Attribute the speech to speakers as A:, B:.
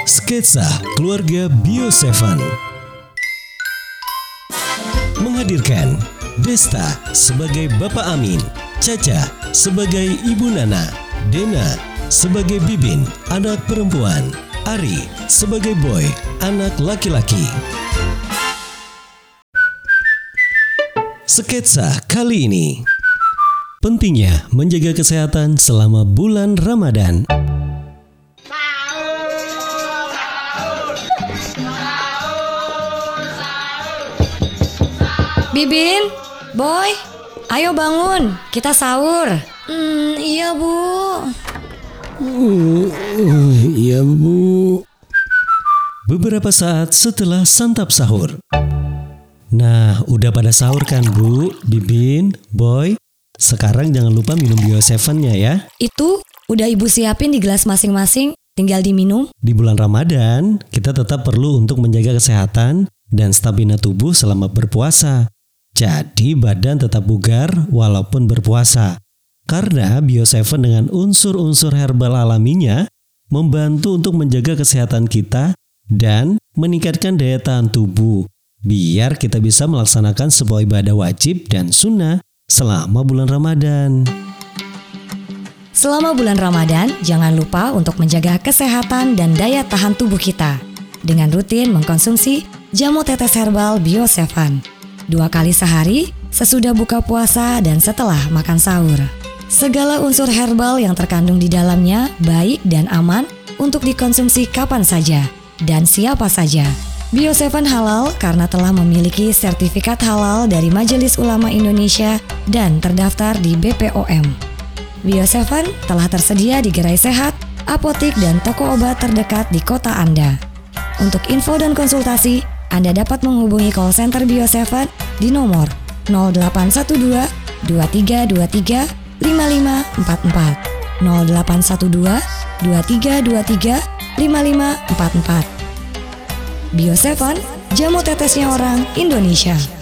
A: Sketsa Keluarga Bio7 menghadirkan Desta sebagai Bapak Amin, Caca sebagai Ibu Nana, Dena sebagai Bibin, anak perempuan, Ari sebagai Boy, anak laki-laki. Sketsa kali ini, pentingnya menjaga kesehatan selama bulan Ramadan.
B: Bibin, Boy, ayo bangun, kita sahur. Iya Bu.
A: Iya Bu. Beberapa saat setelah santap sahur. Nah, udah pada sahur kan Bu, Bibin, Boy? Sekarang jangan lupa minum Bio7-nya ya.
B: Itu udah Ibu siapin di gelas masing-masing, tinggal diminum.
A: Di bulan Ramadan, kita tetap perlu untuk menjaga kesehatan dan stamina tubuh selama berpuasa. Jadi badan tetap bugar walaupun berpuasa. Karena Bio7 dengan unsur-unsur herbal alaminya membantu untuk menjaga kesehatan kita dan meningkatkan daya tahan tubuh. Biar kita bisa melaksanakan sebuah ibadah wajib dan sunnah selama bulan Ramadan.
B: Selama bulan Ramadan, jangan lupa untuk menjaga kesehatan dan daya tahan tubuh kita dengan rutin mengkonsumsi jamu tetes herbal Bio7 2 kali sehari sesudah buka puasa dan setelah makan sahur. Segala unsur herbal yang terkandung di dalamnya baik dan aman untuk dikonsumsi kapan saja dan siapa saja. Bio7 halal karena telah memiliki sertifikat halal dari Majelis Ulama Indonesia dan terdaftar di BPOM. Bio7 telah tersedia di gerai sehat, apotik, dan toko obat terdekat di kota Anda. Untuk info dan konsultasi, Anda dapat menghubungi call center Bio7 di nomor 0812 2323 5544 0812 2323 5544. Bio7, jamu tetesnya orang Indonesia.